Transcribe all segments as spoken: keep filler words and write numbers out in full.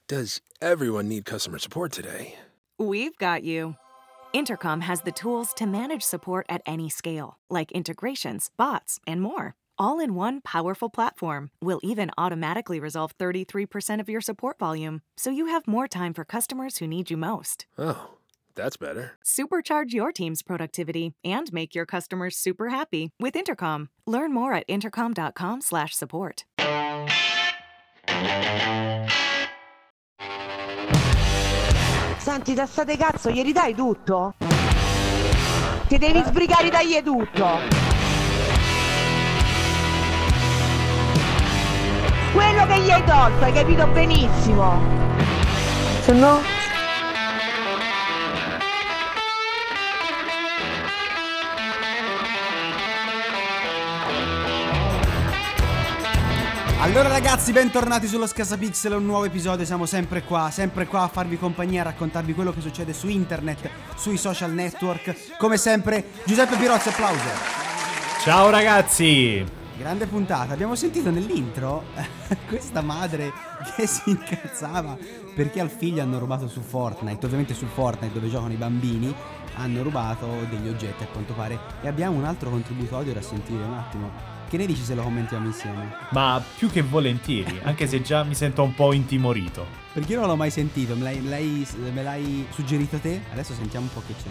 Does everyone need customer support today? We've got you. Intercom has the tools to manage support at any scale, like integrations, bots, and more. All in one powerful platform. We'll even automatically resolve thirty-three percent of your support volume, so you have more time for customers who need you most. Oh, that's better. Supercharge your team's productivity and make your customers super happy with Intercom. Learn more at intercom.com slash support. Senti, testa di cazzo, gli ridai tutto? Ti devi sbrigare, dagli tutto. Quello che gli hai tolto, hai capito benissimo. Se no... Allora ragazzi, bentornati sullo Scasapixel, un nuovo episodio, siamo sempre qua, sempre qua a farvi compagnia, a raccontarvi quello che succede su internet, sui social network. Come sempre, Giuseppe Pirozzi, applauso. Ciao ragazzi. Grande puntata, abbiamo sentito nell'intro questa madre che si incazzava perché al figlio hanno rubato su Fortnite, ovviamente su Fortnite dove giocano i bambini, hanno rubato degli oggetti a quanto pare. E abbiamo un altro contributo audio da sentire, un attimo. Che ne dici se lo commentiamo insieme? Ma più che volentieri, anche se già mi sento un po' intimorito. Perché io non l'ho mai sentito, me l'hai, me l'hai, me l'hai suggerito te? Adesso sentiamo un po' che c'è.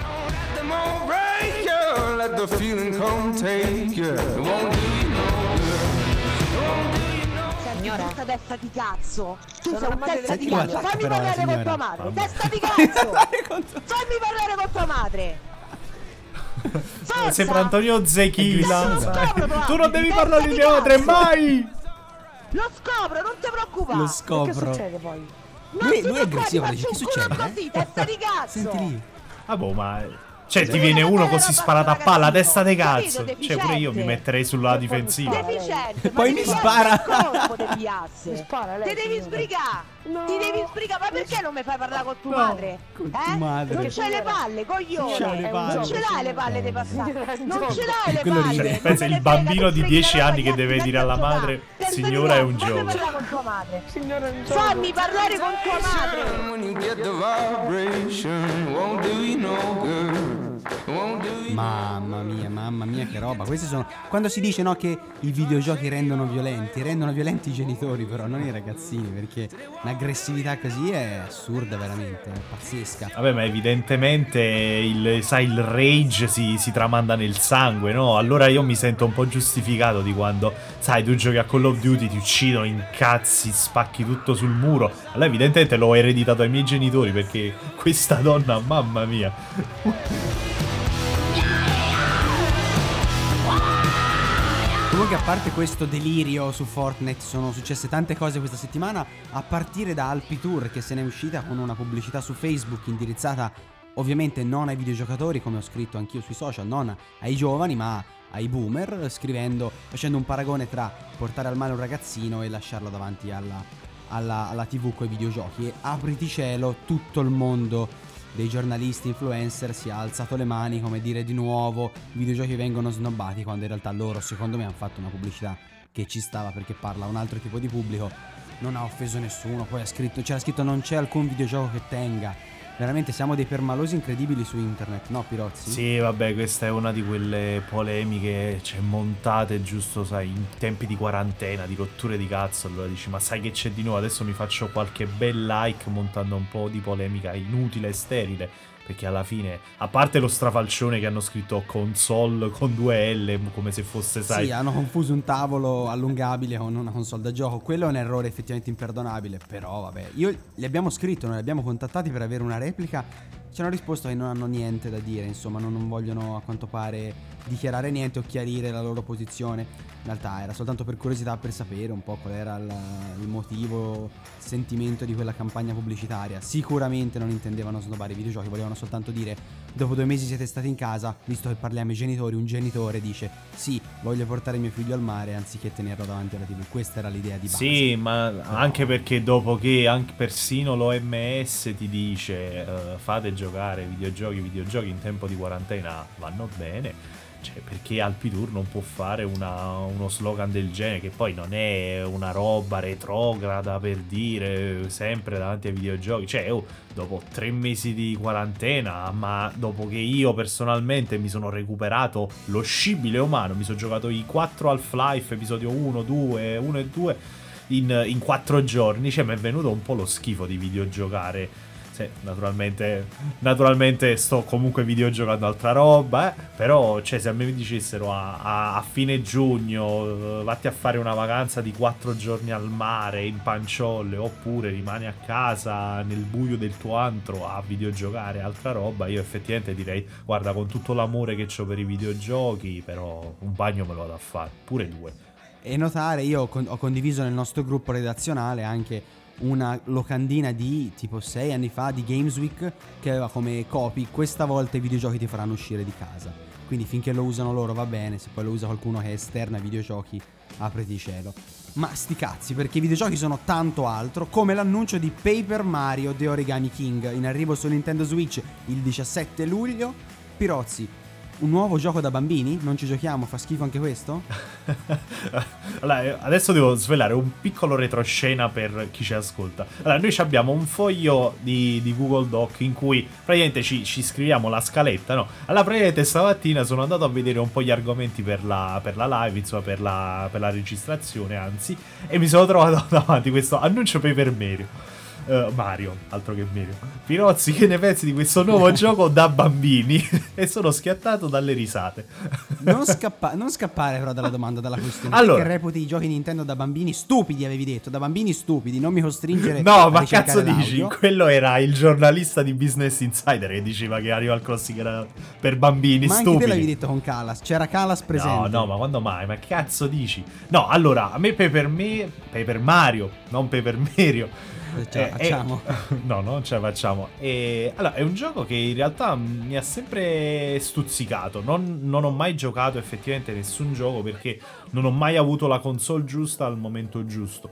Signora, questa testa di cazzo. Tu Sono sei un testa Senti di come cazzo. attacca Fammi però la parlare con signora. tua madre. Vabbè. Testa di cazzo. Contro- Fammi parlare con tua madre. Forza! Sembra Antonio Zechila. Lo scopro, tua Tu non devi testa parlare di di mia madre cazzo. mai. Lo scopro, non ti preoccupare. Lo scopro. Che succede poi? Lui- lui è aggressivo, ti dice, che faccio un culo succede, così, eh? testa di cazzo. Senti lì. Ah boh, ma... Cioè ti Sì, viene ma uno era così fatto sparato a palla, ragazzino. testa di Capito, cazzo. Cioè deficiente. pure io mi metterei sulla difensiva. Deficiente, Poi ma mi ti spara. piace il colpo devi asse. spara lei, Ti devi signora. sbrigare. No. Ti devi sbrigare, ma perché non mi fai parlare con tua No, madre? con eh? tua madre. Non c'hai le palle, coglione. C'hai le palle. Non ce l'hai le palle di passare. Non ce l'hai le Quello palle. ride. Non Pensa me il ne frega, bambino ti di freghi dieci la anni che roba, deve testa dire alla di madre, cazzo. Testa di signora, è cazzo, un fammi gioco. parlare con tua madre. Signora, un gioco. Fammi parlare con tua madre. Mamma mia, mamma mia, che roba. Questi sono. Quando si dice no che i videogiochi rendono violenti, rendono violenti i genitori, però non i ragazzini, perché un'aggressività così è assurda, veramente, è pazzesca. Vabbè, ma evidentemente il, sai, il rage si, si tramanda nel sangue, no? Allora io mi sento un po' giustificato di quando, sai, tu giochi a Call of Duty, ti uccidono, incazzi, spacchi tutto sul muro. Allora evidentemente l'ho ereditato ai miei genitori, perché questa donna, mamma mia. Comunque, a parte questo delirio su Fortnite, sono successe tante cose questa settimana, a partire da Alpitour, che se n'è uscita con una pubblicità su Facebook indirizzata ovviamente non ai videogiocatori, come ho scritto anch'io sui social, non ai giovani, ma ai boomer, scrivendo, facendo un paragone tra portare al mare un ragazzino e lasciarlo davanti alla, alla, alla tivù coi videogiochi. E apriti cielo, tutto il mondo dei giornalisti influencer si è alzato le mani, come dire di nuovo i videogiochi vengono snobbati, quando in realtà loro secondo me hanno fatto una pubblicità che ci stava, perché parla a un altro tipo di pubblico, non ha offeso nessuno. Poi ha scritto, c'era scritto non c'è alcun videogioco che tenga. Veramente siamo dei permalosi incredibili su internet, no Pirozzi? Sì, vabbè, questa è una di quelle polemiche, cioè, montate giusto, sai, in tempi di quarantena, di rotture di cazzo. Allora dici, ma sai che c'è di nuovo? Adesso mi faccio qualche bel like montando un po' di polemica inutile e sterile. Perché alla fine, a parte lo strafalcione che hanno scritto console con due L, come se fosse, sai... Sì, hanno confuso un tavolo allungabile con una console da gioco. Quello è un errore effettivamente imperdonabile. Però vabbè, io li abbiamo scritto, noi li abbiamo contattati per avere una replica. Ci hanno risposto che non hanno niente da dire, insomma, non, non vogliono a quanto pare dichiarare niente o chiarire la loro posizione. In realtà era soltanto per curiosità, per sapere un po' qual era il, il motivo, il sentimento di quella campagna pubblicitaria. Sicuramente non intendevano snobbare i videogiochi, volevano soltanto dire: dopo due mesi siete stati in casa, visto che parliamo ai genitori, un genitore dice sì, voglio portare mio figlio al mare anziché tenerlo davanti alla tivù. Questa era l'idea di base. Sì, ma anche perché dopo che anche persino l'O M S ti dice uh, fate giocare videogiochi, videogiochi in tempo di quarantena vanno bene, Cioè, perché Alpitour non può fare una, uno slogan del genere, che poi non è una roba retrograda, per dire, sempre davanti ai videogiochi. Cioè, oh, dopo tre mesi di quarantena, ma dopo che io personalmente mi sono recuperato lo scibile umano, mi sono giocato i quattro Half-Life, episodio uno, due, uno e due, in, in quattro giorni, cioè mi è venuto un po' lo schifo di videogiocare. Sì, naturalmente, naturalmente sto comunque videogiocando altra roba, eh? Però, cioè, se a me mi dicessero a, a, a fine giugno uh, vatti a fare una vacanza di quattro giorni al mare in panciolle, oppure rimani a casa nel buio del tuo antro a videogiocare altra roba, io effettivamente direi, guarda, con tutto l'amore che ho per i videogiochi, però un bagno me lo vado a fare, pure due. E notare, io con- ho condiviso nel nostro gruppo redazionale anche una locandina di tipo sei anni fa di Games Week che aveva come copy: questa volta i videogiochi ti faranno uscire di casa, quindi finché lo usano loro va bene, se poi lo usa qualcuno che è esterno ai videogiochi apriti cielo. Ma sti cazzi, perché i videogiochi sono tanto altro, come l'annuncio di Paper Mario The Origami King, in arrivo su Nintendo Switch il diciassette luglio. Pirozzi, un nuovo gioco da bambini? Non ci giochiamo? Fa schifo anche questo? Allora, adesso devo svelare un piccolo retroscena per chi ci ascolta. Allora, noi abbiamo un foglio di, di Google Doc in cui praticamente ci, ci scriviamo la scaletta, no? Allora, praticamente stamattina sono andato a vedere un po' gli argomenti per la, per la live, insomma, per la, per la registrazione, anzi, e mi sono trovato davanti questo annuncio Paper Mario. Uh, Mario, altro che Mario. Pirozzi, che ne pensi di questo nuovo gioco da bambini? E sono schiattato dalle risate. Non, scappa- non scappare però dalla domanda, dalla questione. Allora, che reputi i giochi Nintendo da bambini stupidi, avevi detto, da bambini stupidi, non mi costringere no, a ma ricercare cazzo dici? l'audio. Quello era il giornalista di Business Insider che diceva che Animal Crossing era per bambini ma stupidi. anche te l'avevi detto con Calas, c'era Calas presente. No, no, ma quando mai? Ma che cazzo dici? No, allora, a me Paper me Paper Mario, non Paper Mario. Ce la facciamo. Eh, no, non ce la facciamo. E, allora, è un gioco che in realtà mi ha sempre stuzzicato. Non, non ho mai giocato effettivamente nessun gioco perché non ho mai avuto la console giusta al momento giusto.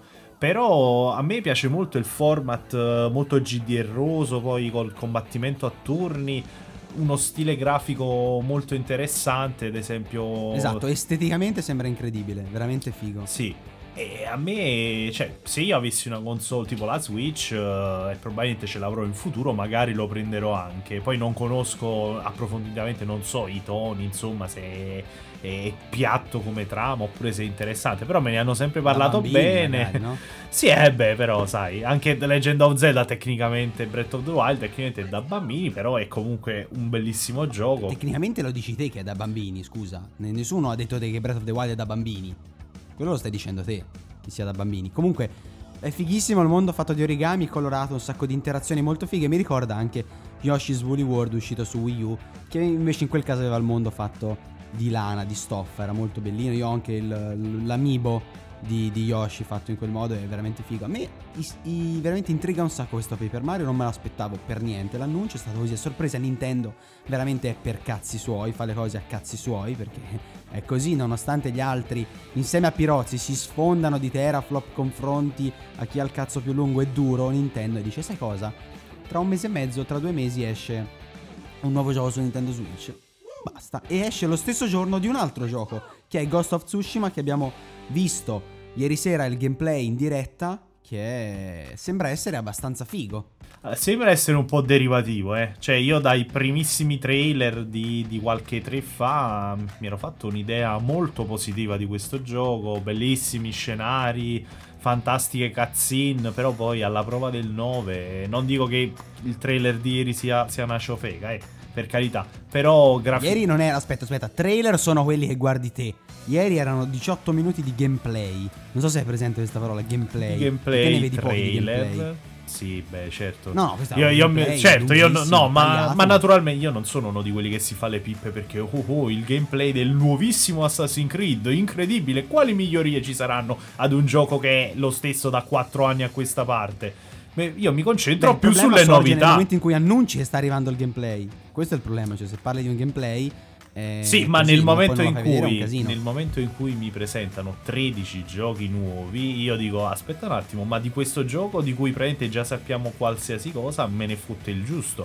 Però a me piace molto il format molto G D R-oso, poi col combattimento a turni, uno stile grafico molto interessante, ad esempio. Esatto, esteticamente sembra incredibile, veramente figo. Sì. E a me, cioè, se io avessi una console tipo la Switch, uh, e probabilmente ce l'avrò in futuro, magari lo prenderò anche. Poi non conosco approfonditamente, non so i toni, insomma, se è piatto come trama oppure se è interessante. Però me ne hanno sempre parlato bambini, bene. magari, no? Sì, eh beh, però sai, anche The Legend of Zelda tecnicamente, Breath of the Wild tecnicamente è da bambini, però è comunque un bellissimo gioco. Tecnicamente lo dici te che è da bambini, scusa. Nessuno ha detto te che Breath of the Wild è da bambini. Quello lo stai dicendo te, che sia da bambini. Comunque è fighissimo il mondo fatto di origami, colorato, un sacco di interazioni molto fighe. Mi ricorda anche Yoshi's Woolly World uscito su Wii U, che invece in quel caso aveva il mondo fatto di lana, di stoffa, era molto bellino. Io ho anche il, l'amiibo di, di Yoshi fatto in quel modo, è veramente figo. A me i, i, veramente intriga un sacco questo Paper Mario, non me l'aspettavo per niente. L'annuncio è stato così a sorpresa. Nintendo veramente è per cazzi suoi, fa le cose a cazzi suoi, perché è così, nonostante gli altri insieme a Pirozzi si sfondano di teraflop confronti a chi ha il cazzo più lungo e duro. Nintendo dice: sai cosa? Tra un mese e mezzo, tra due mesi esce un nuovo gioco su Nintendo Switch. Basta. E esce lo stesso giorno di un altro gioco, che è Ghost of Tsushima, che abbiamo visto ieri sera il gameplay in diretta, che è... sembra essere abbastanza figo. Sembra essere un po' derivativo, eh. Cioè, io dai primissimi trailer di, di qualche tre fa mi ero fatto un'idea molto positiva di questo gioco. Bellissimi scenari, fantastiche cutscene, però poi alla prova del nove, non dico che il trailer di ieri sia, sia una ciofeca, eh, per carità, però graf- Ieri non era, aspetta, aspetta, trailer sono quelli che guardi te. Ieri erano diciotto minuti di gameplay. Non so se hai presente questa parola, gameplay. Gameplay, te ne vedi pochi di trailer. gameplay. Sì, beh, certo. No, questa io, è io un gameplay certo, io no, no ma, tagliato. ma naturalmente io non sono uno di quelli che si fa le pippe perché oh, oh il gameplay del nuovissimo Assassin's Creed, incredibile, quali migliorie ci saranno ad un gioco che è lo stesso da quattro anni a questa parte? Beh, io mi concentro Beh, più sulle sorge novità. Nel momento in cui annunci che sta arrivando il gameplay, questo è il problema, cioè se parli di un gameplay eh, sì, ma così, nel ma momento, poi in non lo fai vedere, è un cui, casino. nel momento in cui mi presentano tredici giochi nuovi, io dico aspetta un attimo, ma di questo gioco di cui praticamente già sappiamo qualsiasi cosa me ne fotte il giusto.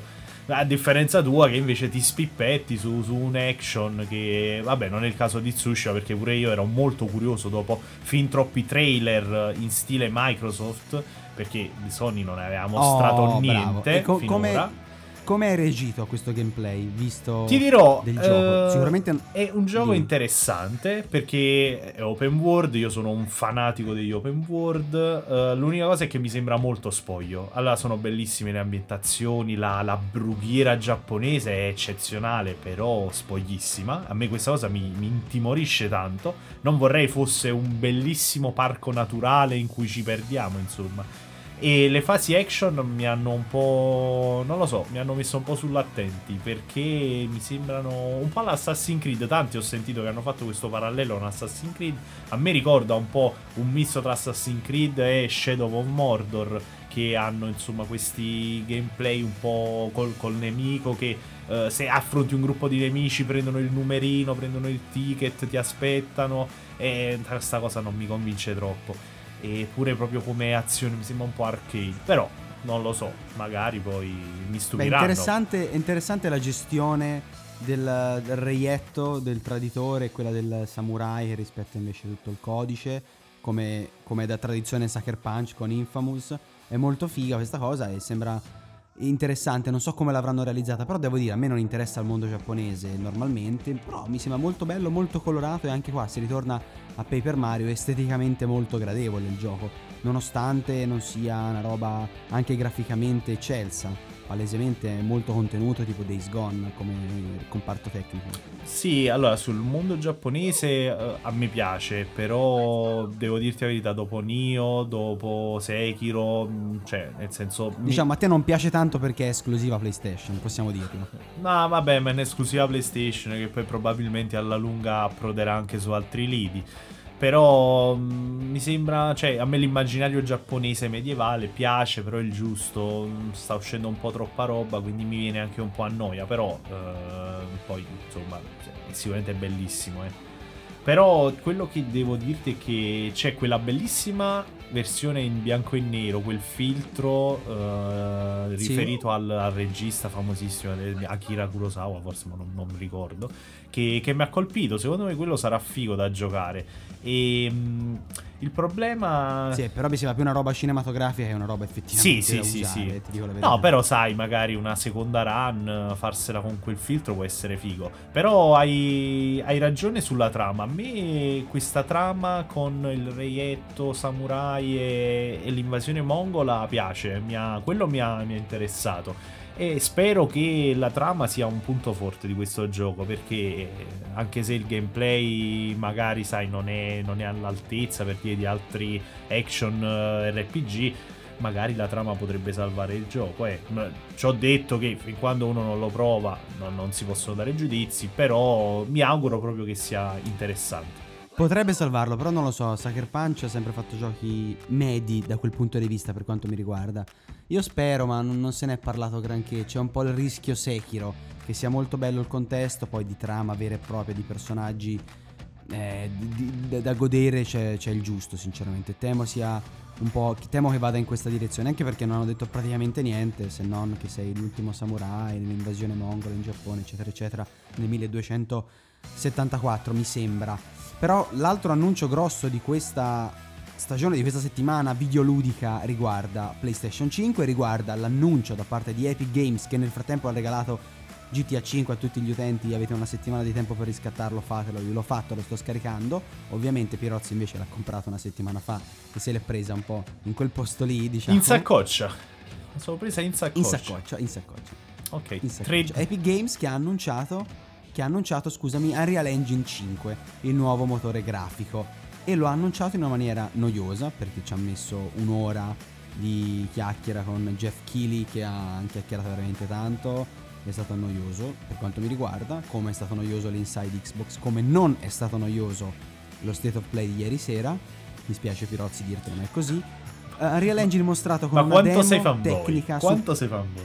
A differenza tua che invece ti spippetti su, su un action che, vabbè, non è il caso di Tsushima, perché pure io ero molto curioso dopo fin troppi trailer in stile Microsoft, perché di Sony non aveva mostrato Oh, niente co- finora. come, come hai reagito a questo gameplay visto Ti dirò, del gioco? eh, Sicuramente è un gioco Dimmi. interessante perché è open world, io sono un fanatico degli open world, eh, l'unica cosa è che mi sembra molto spoglio. Allora, sono bellissime le ambientazioni, la, la brughiera giapponese è eccezionale, però spoglissima. A me questa cosa mi, mi intimorisce tanto, non vorrei fosse un bellissimo parco naturale in cui ci perdiamo, insomma. E le fasi action mi hanno un po', non lo so, mi hanno messo un po' sull'attenti, perché mi sembrano un po' l'Assassin's Creed. Tanti ho sentito che hanno fatto questo parallelo con Assassin's Creed. A me ricorda un po' un misto tra Assassin's Creed e Shadow of Mordor, che hanno insomma questi gameplay un po' col, col nemico che eh, se affronti un gruppo di nemici prendono il numerino, prendono il ticket, ti aspettano, e questa cosa non mi convince troppo. Eppure proprio come azione mi sembra un po' arcade, però non lo so, magari poi mi Beh, stupiranno. interessante, interessante la gestione del, del reietto, del traditore e quella del samurai che rispetta invece tutto il codice, come, come da tradizione Sucker Punch con Infamous. È molto figa questa cosa e sembra interessante. Non so come l'avranno realizzata, però devo dire, a me non interessa il mondo giapponese normalmente, però mi sembra molto bello, molto colorato, e anche qua si ritorna a Paper Mario, esteticamente molto gradevole il gioco, nonostante non sia una roba anche graficamente eccelsa, palesemente molto contenuto, tipo Days Gone come comparto tecnico. Sì, allora sul mondo giapponese eh, a me piace, però devo dirti la verità, dopo Nioh, dopo Sekiro, mh, cioè nel senso mi- Diciamo a te non piace tanto perché è esclusiva PlayStation, possiamo dirlo. No, vabbè, ma è un'esclusiva PlayStation che poi probabilmente alla lunga approderà anche su altri lidi. Però mh, mi sembra, cioè a me l'immaginario giapponese medievale piace, però il giusto, mh, sta uscendo un po' troppa roba, quindi mi viene anche un po' a noia. Però eh, poi insomma è sicuramente bellissimo, eh. Però quello che devo dirti è che c'è quella bellissima versione in bianco e nero, quel filtro eh, Sì. riferito al, al regista famosissimo Akira Kurosawa, forse, ma non, non mi ricordo, che, che mi ha colpito. Secondo me quello sarà figo da giocare. E mh, il problema... Sì, però mi sembra più una roba cinematografica che una roba effettivamente Sì, sì, da sì, usare, sì. ti dico la verità. No, però sai, magari una seconda run, farsela con quel filtro può essere figo. Però hai, hai ragione sulla trama. A me questa trama con il reietto samurai e, e l'invasione mongola piace, mi ha, quello mi ha, mi ha interessato. E spero che la trama sia un punto forte di questo gioco, perché anche se il gameplay magari, sai, non è, non è all'altezza per dire di altri action eh, R P G, magari la trama potrebbe salvare il gioco. Eh, ci ho detto che fin quando uno non lo prova non, non si possono dare giudizi, però mi auguro proprio che sia interessante. Potrebbe salvarlo, però non lo so. Sucker Punch ha sempre fatto giochi medi da quel punto di vista per quanto mi riguarda. Io spero, ma non, non se ne è parlato granché. C'è un po' il rischio Sekiro, che sia molto bello il contesto, poi di trama vera e propria, di personaggi eh, di, di, da godere c'è, c'è il giusto, sinceramente. Temo sia un po', temo che vada in questa direzione, anche perché non hanno detto praticamente niente, se non che sei l'ultimo samurai nell'invasione mongola in Giappone, eccetera eccetera, nel milleduecentosettantaquattro mi sembra. Però l'altro annuncio grosso di questa stagione, di questa settimana videoludica, riguarda PlayStation cinque, riguarda l'annuncio da parte di Epic Games, che nel frattempo ha regalato G T A cinque a tutti gli utenti. Avete una settimana di tempo per riscattarlo, fatelo. Io l'ho fatto, lo sto scaricando. Ovviamente Pirozzi invece l'ha comprato una settimana fa e se l'è presa un po' in quel posto lì, diciamo. In saccoccia. La sono presa in saccoccia. In saccoccia, in saccoccia. Ok. In saccoccia. Tre... Epic Games che ha annunciato che ha annunciato, scusami, Unreal Engine cinque, il nuovo motore grafico, e lo ha annunciato in una maniera noiosa, perché ci ha messo un'ora di chiacchiera con Jeff Keighley, che ha chiacchierato veramente tanto. È stato noioso per quanto mi riguarda, come è stato noioso l'Inside Xbox, come non è stato noioso lo State of Play di ieri sera. Mi spiace Pirozzi dirtelo, ma è così. uh, Unreal Engine mostrato con ma una quanto demo sei fanboy? tecnica Quanto su... sei fanboy?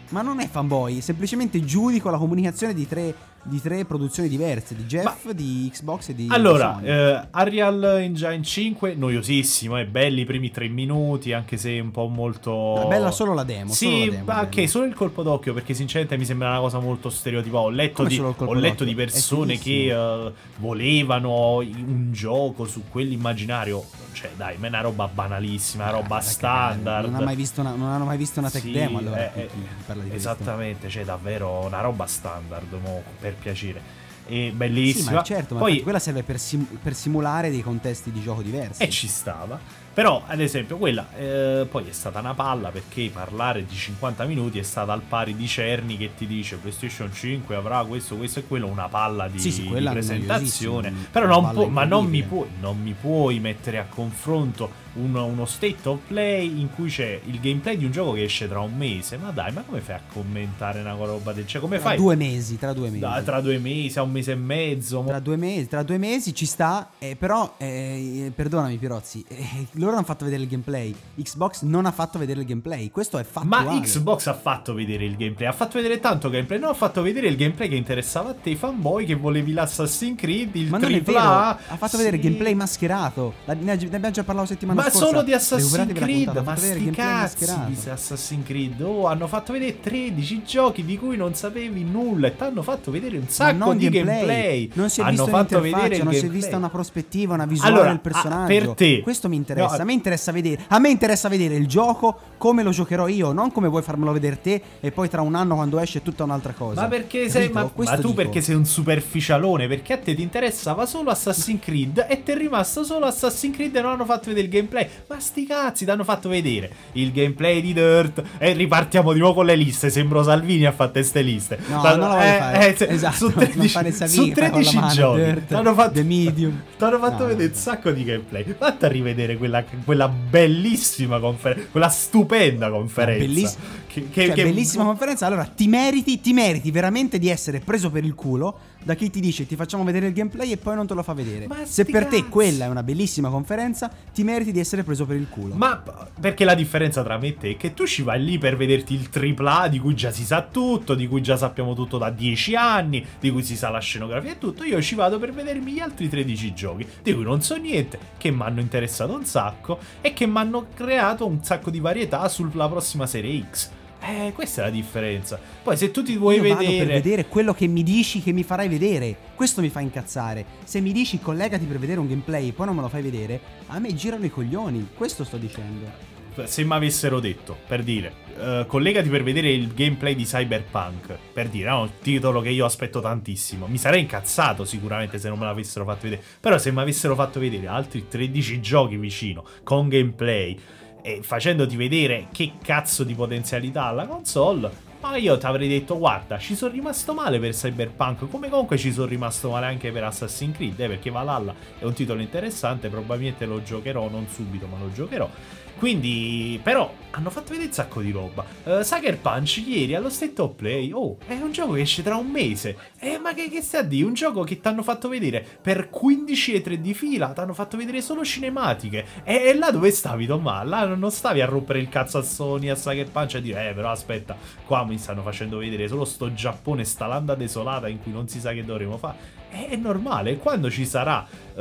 Ma non è fanboy, semplicemente giudico la comunicazione di tre, di tre produzioni diverse, di Jeff, Ma... di Xbox e di Allora, Sony. eh, Unreal Engine cinque, noiosissimo, è belli i primi tre minuti, anche se un po' molto... È bella solo la demo. Sì, solo la demo, ma che solo il colpo d'occhio, perché sinceramente mi sembra una cosa molto stereotipa. Ho letto, Come di, solo il colpo ho letto d'occhio? di persone È che fighissimo. uh, volevano un gioco su quell'immaginario. Cioè, dai, ma è una roba banalissima, una roba Ah, standard. Non, ha mai visto una, non hanno mai visto una tech Sì, demo, allora eh, chi- chi parla di questo? esattamente, cioè davvero una roba standard, mo, per piacere. E Sì, bellissima. ma certo, ma Poi infatti quella serve per, sim- per simulare dei contesti di gioco diversi. E ci stava. Però, ad esempio, quella eh, poi è stata una palla, perché parlare di cinquanta minuti è stata al pari di Cerny che ti dice PlayStation cinque avrà questo, questo e quello, una palla di, Sì, sì, di quella è presentazione. noiosissima, Però una non palla pu- ma non mi, incredibile. puoi, non mi puoi mettere a confronto uno, uno state of play in cui c'è il gameplay di un gioco che esce tra un mese. Ma dai, ma come fai a commentare una roba del... Cioè, come Tra fai? due mesi, tra due mesi. Da- tra due mesi a un mese e mezzo. mo- Tra due mesi, tra due mesi ci sta, eh, però, eh, perdonami Pirozzi, eh, loro hanno fatto vedere il gameplay, Xbox non ha fatto vedere il gameplay, questo è fattuale. Ma Xbox ha fatto vedere il gameplay, ha fatto vedere tanto gameplay, non ha fatto vedere il gameplay che interessava a te, fanboy, che volevi l'Assassin's Creed, il Ma non è tripla vero, A. ha fatto Sì. vedere il gameplay mascherato, La- ne ne abbiamo già parlato settimana Ma scorsa. solo di Assassin's Recuperatevi la Creed, puntata, ha ma fatto vedere sti il gameplay cazzi mascherato. di Assassin's Creed. Oh, hanno fatto vedere tredici giochi di cui non sapevi nulla e ti hanno fatto vedere un Ma sacco non di gameplay. gameplay. Non si è hanno visto fatto un'interfaccia, vedere il non si è gameplay. vista una prospettiva, una visuale Allora, del ah, personaggio. per te. Questo mi interessa. No. A me interessa vedere. A me interessa vedere il gioco come lo giocherò io, non come vuoi farmelo vedere te e poi tra un anno quando esce è tutta un'altra cosa. Ma perché sei Capito? ma, Questo ma tu dico. perché sei un superficialone? Perché a te ti interessava solo Assassin's Creed e ti è rimasto solo Assassin's Creed e non hanno fatto vedere il gameplay. Ma sti cazzi, ti hanno fatto vedere il gameplay di Dirt e ripartiamo di nuovo con le liste. Sembro Salvini a fare ste liste. No, Ma- non la voglio fare. se- Esatto, su non tredici, fare Salvini su che fa con la tredici mano, giochi Dirt, ti hanno fatto, The Medium. t'hanno fatto No, vedere no. un sacco di gameplay. Fatti a rivedere quella, quella bellissima conferenza, quella stupenda conferenza. Belliss- che, che, Cioè, che- bellissima conferenza. Allora, ti meriti, ti meriti veramente di essere preso per il culo da chi ti dice ti facciamo vedere il gameplay e poi non te lo fa vedere. Ma Se sti per te cazzi. quella è una bellissima conferenza, ti meriti di essere preso per il culo. Ma perché la differenza tra me e te è che tu ci vai lì per vederti il tripla A di cui già si sa tutto, di cui già sappiamo tutto da dieci anni, di cui si sa la scenografia e tutto. Io ci vado per vedermi gli altri tredici giochi, di cui non so niente, che mi hanno interessato un sacco e che mi hanno creato un sacco di varietà sulla prossima serie X. Eh, questa è la differenza. Poi se tu ti vuoi Io vado vedere... per vedere quello che mi dici che mi farai vedere. Questo mi fa incazzare. Se mi dici collegati per vedere un gameplay e poi non me lo fai vedere, a me girano i coglioni. Questo sto dicendo. Se mi avessero detto, per dire, eh, collegati per vedere il gameplay di Cyberpunk, per dire, no, il titolo che io aspetto tantissimo, mi sarei incazzato sicuramente se non me l'avessero fatto vedere. Però se mi avessero fatto vedere altri tredici giochi vicino, con gameplay, e facendoti vedere che cazzo di potenzialità ha la console, ma io ti avrei detto, guarda, ci sono rimasto male per Cyberpunk, come comunque ci sono rimasto male anche per Assassin's Creed, eh, perché Valhalla è un titolo interessante, probabilmente lo giocherò, non subito, ma lo giocherò. Quindi, però, hanno fatto vedere un sacco di roba. uh, Sucker Punch ieri allo State of Play, oh, è un gioco che esce tra un mese. Eh, ma che, che stai a dire? Un gioco che ti hanno fatto vedere per quindici E tre di fila, ti hanno fatto vedere solo cinematiche. E, e là dove stavi, Tomà? Là non stavi a rompere il cazzo a Sony, a Sucker Punch, a dire, eh, però aspetta, qua mi stanno facendo vedere solo sto Giappone, sta landa desolata in cui non si sa che dovremo fare. È normale, quando ci sarà uh,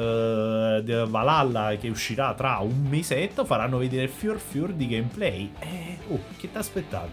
Valhalla che uscirà tra un mesetto, faranno vedere fior fior di gameplay. Eh, oh, che ti aspettavi?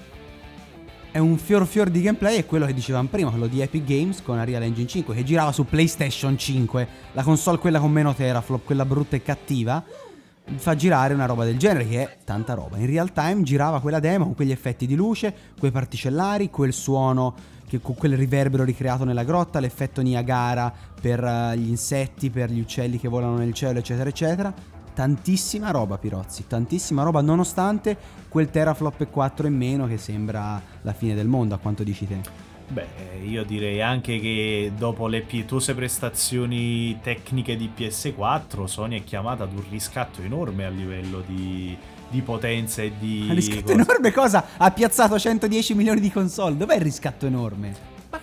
È un fior fior di gameplay, è quello che dicevamo prima, quello di Epic Games con Unreal Engine cinque, che girava su PlayStation cinque, la console quella con meno teraflop, quella brutta e cattiva, fa girare una roba del genere, che è tanta roba. In real time girava quella demo con quegli effetti di luce, quei particellari, quel suono, che, con quel riverbero ricreato nella grotta, l'effetto Niagara per uh, gli insetti, per gli uccelli che volano nel cielo, eccetera eccetera. Tantissima roba, Pirozzi, tantissima roba, nonostante quel teraflop e quattro in meno che sembra la fine del mondo, a quanto dici te. Beh, io direi anche che dopo le pietose prestazioni tecniche di P S quattro, Sony è chiamata ad un riscatto enorme a livello di, di potenza e di... Un riscatto cosa. enorme cosa? Ha piazzato centodieci milioni di console, dov'è il riscatto enorme? Ma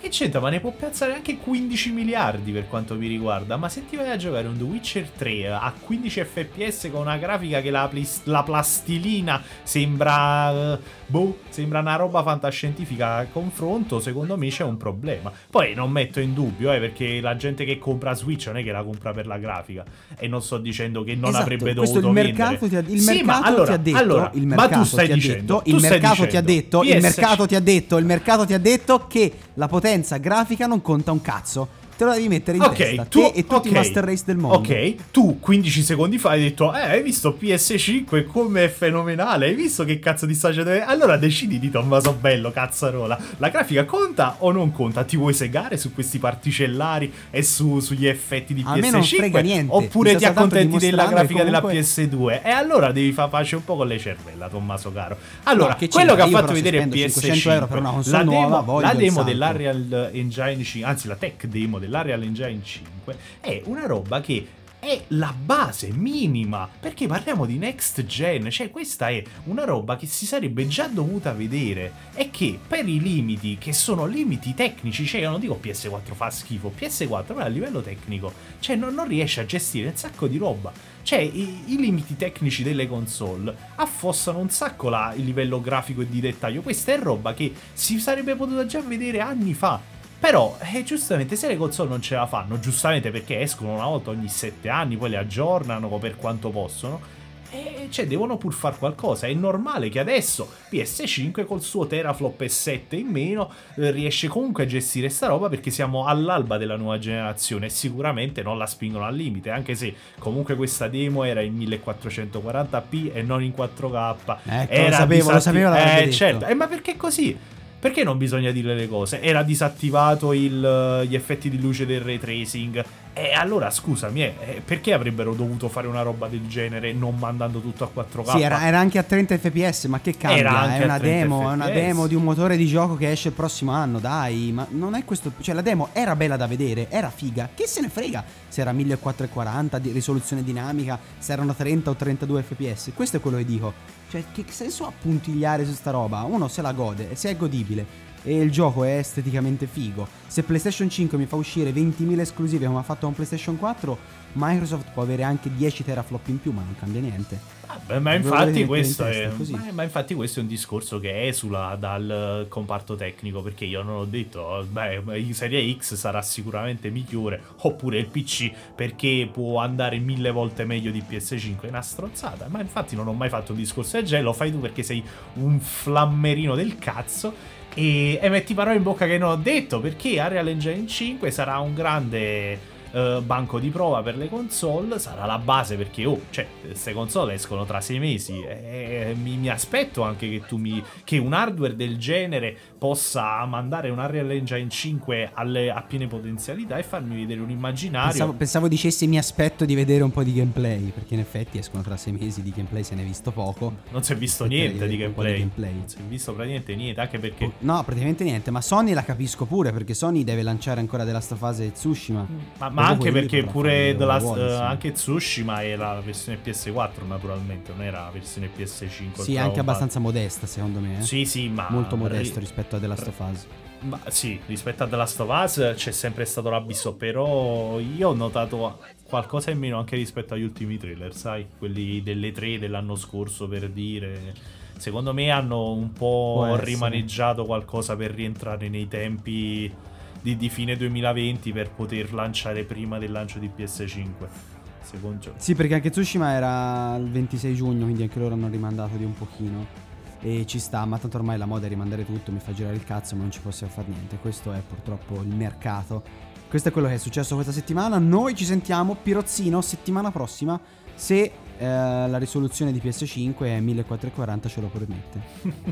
che c'entra? Ma ne può piazzare anche quindici miliardi per quanto mi riguarda. Ma se ti vai a giocare un The Witcher tre a quindici F P S con una grafica che la, plis- la plastilina sembra... boh, sembra una roba fantascientifica a confronto, secondo me c'è un problema. Poi non metto in dubbio, eh, perché la gente che compra Switch non è che la compra per la grafica. E non sto dicendo che non esatto, avrebbe questo dovuto il mercato vendere. ti ha, il sì, mercato ma allora, ti ha detto, allora, il mercato ma tu stai ti ha dicendo, detto, tu il stai mercato ti ha dicendo, detto, P S il mercato ti ha detto, il mercato ti ha detto che la potenza grafica non conta un cazzo. Te lo devi mettere in okay, testa, tu, te e tutti okay, i Master Race del mondo. Ok, tu quindici secondi fa hai detto, eh, hai visto P S cinque come è fenomenale, hai visto che cazzo di sta gente... Allora decidi di Tommaso Bello, cazzarola, la grafica conta o non conta? Ti vuoi segare su questi particellari e su, sugli effetti di A P S cinque? me non frega niente. Oppure Mi ti sta soltanto accontenti della dimostrando grafica comunque... della P S due? E allora devi fare pace un po' con le cervella, Tommaso caro. Allora, no, che quello che ha io fatto però vedere P S cinquecento euro per una console la nuova, demo, voglio la il demo salto. dell'Unreal Engine cinque, anzi la tech demo dell'Unreal Engine cinque è una roba che è la base minima, perché parliamo di next gen, cioè questa è una roba che si sarebbe già dovuta vedere e che per i limiti, che sono limiti tecnici, cioè io non dico P S quattro fa schifo, P S quattro ma a livello tecnico, cioè non, non riesce a gestire un sacco di roba, cioè i, i limiti tecnici delle console affossano un sacco la, il livello grafico e di dettaglio. Questa è roba che si sarebbe potuta già vedere anni fa. Però, eh, giustamente, se le console non ce la fanno, giustamente perché escono una volta ogni sette anni, poi le aggiornano per quanto possono, e cioè devono pur far qualcosa. È normale che adesso P S cinque col suo teraflop e sette in meno eh, riesce comunque a gestire sta roba, perché siamo all'alba della nuova generazione e sicuramente non la spingono al limite, anche se comunque questa demo era in millequattrocentoquaranta p e non in quattro K. Ecco, era lo sapevo, disatti- lo sapevo, l'avrebbe eh, detto. certo. Eh, ma perché così? Perché non bisogna dire le cose? Era disattivato il, gli effetti di luce del ray tracing. E allora scusami, eh, perché avrebbero dovuto fare una roba del genere non mandando tutto a quattro K? Sì, era, era anche a trenta F P S, ma che Era cambia? anche È a una trenta demo, è una F P S. demo di un motore di gioco che esce il prossimo anno, dai, ma non è questo, cioè la demo era bella da vedere, era figa, che se ne frega se era millequattrocentoquaranta di risoluzione dinamica, se erano trenta o trentadue F P S, questo è quello che dico, cioè che senso ha puntigliare su sta roba? Uno se la gode, se è godibile e il gioco è esteticamente figo. Se PlayStation cinque mi fa uscire ventimila esclusive come ha fatto con PlayStation quattro, Microsoft può avere anche dieci teraflop in più, ma non cambia niente. Vabbè, ma infatti questo è ma, ma infatti questo è un discorso che esula dal comparto tecnico, perché io non ho detto beh, Serie X sarà sicuramente migliore, oppure il P C perché può andare mille volte meglio di P S cinque, è una strozzata. Ma infatti non ho mai fatto un discorso del genere, lo fai tu perché sei un flammerino del cazzo e, e metti parole in bocca che non ho detto, perché Unreal Engine cinque sarà un grande Uh, banco di prova per le console, sarà la base, perché oh, cioè, queste console escono tra sei mesi e mi, mi aspetto anche che tu mi che un hardware del genere possa mandare un Unreal Engine cinque alle, a piene potenzialità e farmi vedere un immaginario. Pensavo, pensavo dicessi mi aspetto di vedere un po' di gameplay, perché in effetti escono tra sei mesi, di gameplay se ne è visto poco. Non si è visto Aspetterei niente di di vedere un po' gameplay. di gameplay. Non si è visto praticamente niente, anche perché No, praticamente niente, ma Sony la capisco pure, perché Sony deve lanciare ancora The Last of Us e Tsushima. ma, ma anche perché pure The Last, vuole, uh, sì. anche Tsushima è la versione P S quattro naturalmente, non era la versione P S cinque. Sì, anche abbastanza modesta secondo me, eh? Sì, sì, ma molto modesto ri- rispetto a The Last of Us. Ma sì, rispetto a The Last of Us c'è sempre stato l'abisso, però io ho notato qualcosa in meno anche rispetto agli ultimi trailer, sai? Quelli delle tre dell'anno scorso, per dire. Secondo me hanno un po' rimaneggiato qualcosa per rientrare nei tempi di, di fine duemilaventi per poter lanciare prima del lancio di P S cinque. Secondo... Sì, perché anche Tsushima era il ventisei giugno, quindi anche loro hanno rimandato di un pochino. E ci sta, ma tanto ormai la moda è rimandare tutto, mi fa girare il cazzo, ma non ci possiamo fare niente. Questo è purtroppo il mercato. Questo è quello che è successo questa settimana. Noi ci sentiamo, Pirozzino, settimana prossima, se eh, la risoluzione di P S cinque è millequattrocentoquaranta ce lo permette.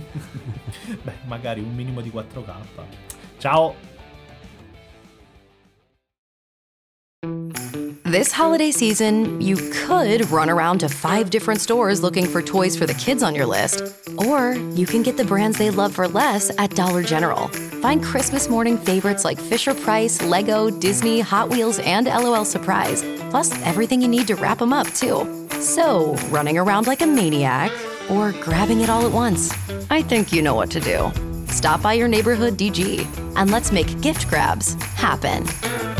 Beh, magari un minimo di quattro K. Ciao! This holiday season, you could run around to five different stores looking for toys for the kids on your list. Or you can get the brands they love for less at Dollar General. Find Christmas morning favorites like Fisher-Price, Lego, Disney, Hot Wheels, and LOL Surprise. Plus, everything you need to wrap them up, too. So, running around like a maniac or grabbing it all at once? I think you know what to do. Stop by your neighborhood D G and let's make gift grabs happen.